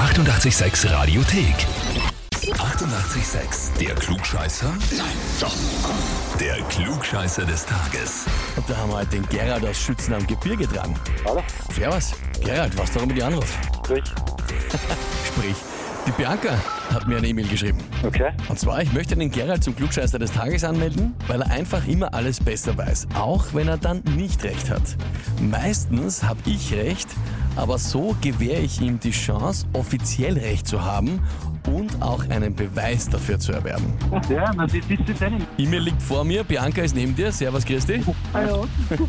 886 Radiothek. 88,6. Der Klugscheißer? Nein, doch. Der Klugscheißer des Tages. Und da haben wir heute den Gerald aus Schützen am Gebirge dran. Hallo? Servus. Gerald, was darum mit dir anrufst? Sprich. Sprich. Die Bianca hat mir eine E-Mail geschrieben. Okay. Und zwar, ich möchte den Gerald zum Klugscheißer des Tages anmelden, weil er einfach immer alles besser weiß. Auch wenn er dann nicht recht hat. Meistens habe ich recht, aber so gewähre ich ihm die Chance, offiziell recht zu haben und auch einen Beweis dafür zu erwerben. Ja, das ist denn. E-Mail liegt vor mir, Bianca ist neben dir. Servus, Christi. Hallo.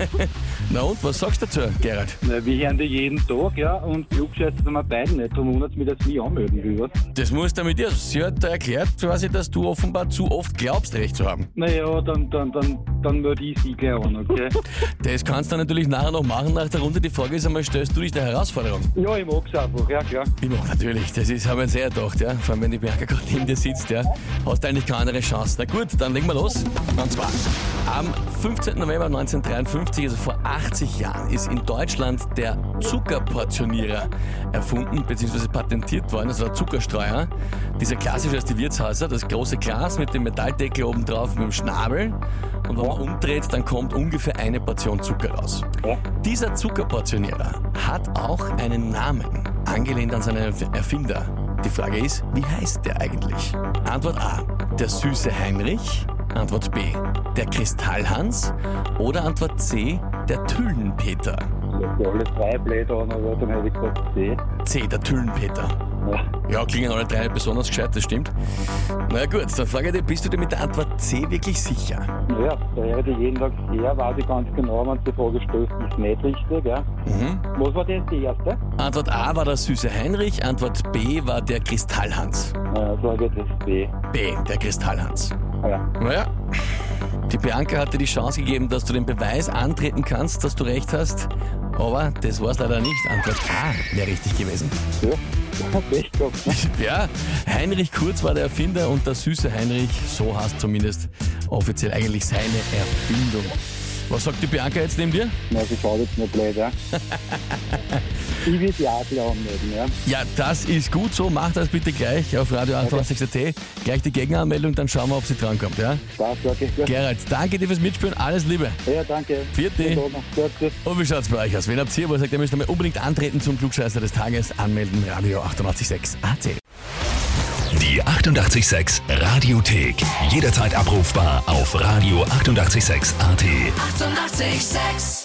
Na und, was sagst du dazu, Gerald? Na, wir hören die jeden Tag, ja, und Klugscheißer sind wir beiden nicht. Darum wundert es mich, dass ich mich anmelden will, was? Das musst du mit dir. Sie hat da erklärt, quasi, dass du offenbar zu oft glaubst, recht zu haben. Naja, dann melde ich sie gleich an, okay? Das kannst du natürlich nachher noch machen nach der Runde. Die Frage ist einmal, stellst du dich der Herausforderung? Ja, ich mag's einfach, ja klar. Ich mach natürlich, das ist, haben wir uns sehr gedacht, ja. Vor allem, wenn die Bianca gerade neben dir sitzt, ja. Hast du eigentlich keine andere Chance. Na gut, dann legen wir los. Und zwar, am 15. November 1953, also vor 80 Jahren, ist in Deutschland der Zuckerportionierer erfunden bzw. patentiert worden, also der Zuckerstreuer. Dieser klassische aus die Wirtshäuser, das große Glas mit dem Metalldeckel oben drauf mit dem Schnabel. Und wenn man umdreht, dann kommt ungefähr eine Portion Zucker raus. Ja. Dieser Zuckerportionierer hat auch einen Namen, angelehnt an seinen Erfinder. Die Frage ist, wie heißt der eigentlich? Antwort A, der süße Heinrich. Antwort B, der Kristallhans. Oder Antwort C, der Tüllenpeter. Ich alle drei blöd an, aber dann hätte ich gesagt C. C, der Tüllenpeter. Ja. Ja, klingen alle drei besonders gescheit, das stimmt. Na ja, gut, dann frage ich dich, bist du dir mit der Antwort C wirklich sicher? Ja, da hätte ich jeden Tag sehr, weiß ich ganz genau, wenn die Frage stößt, ist nicht richtig, ja. Was war das, die erste? Antwort A war der süße Heinrich, Antwort B war der Kristallhans. Ja, sage ich das B. B, der Kristallhans. Ja. Naja, die Bianca hat dir die Chance gegeben, dass du den Beweis antreten kannst, dass du recht hast. Aber das war's leider nicht. Antwort A wäre richtig gewesen. Ja, echt gehabt, ne? Ja, Heinrich Kurz war der Erfinder und der süße Heinrich, so heißt zumindest offiziell eigentlich seine Erfindung. Was sagt die Bianca jetzt neben dir? Na, sie schaut jetzt nicht blöd, ja. Ich will sie auch gleich anmelden, ja. Ja, das ist gut so. Mach das bitte gleich auf Radio 88.at. Gleich die Gegenanmeldung, dann schauen wir, ob sie drankommt, ja? Passt, okay, gut. Gerald, danke dir fürs Mitspielen. Alles Liebe. Ja, danke. Vierte. Gut, tschüss. Und wie schaut's bei euch aus? Wenn habt ihr, wo ihr sagt, ihr müsst einmal unbedingt antreten zum Klugscheißer des Tages, anmelden, Radio 88.6 AT. Die 88,6 Radiothek. Jederzeit abrufbar auf Radio 88,6 AT. 88,6.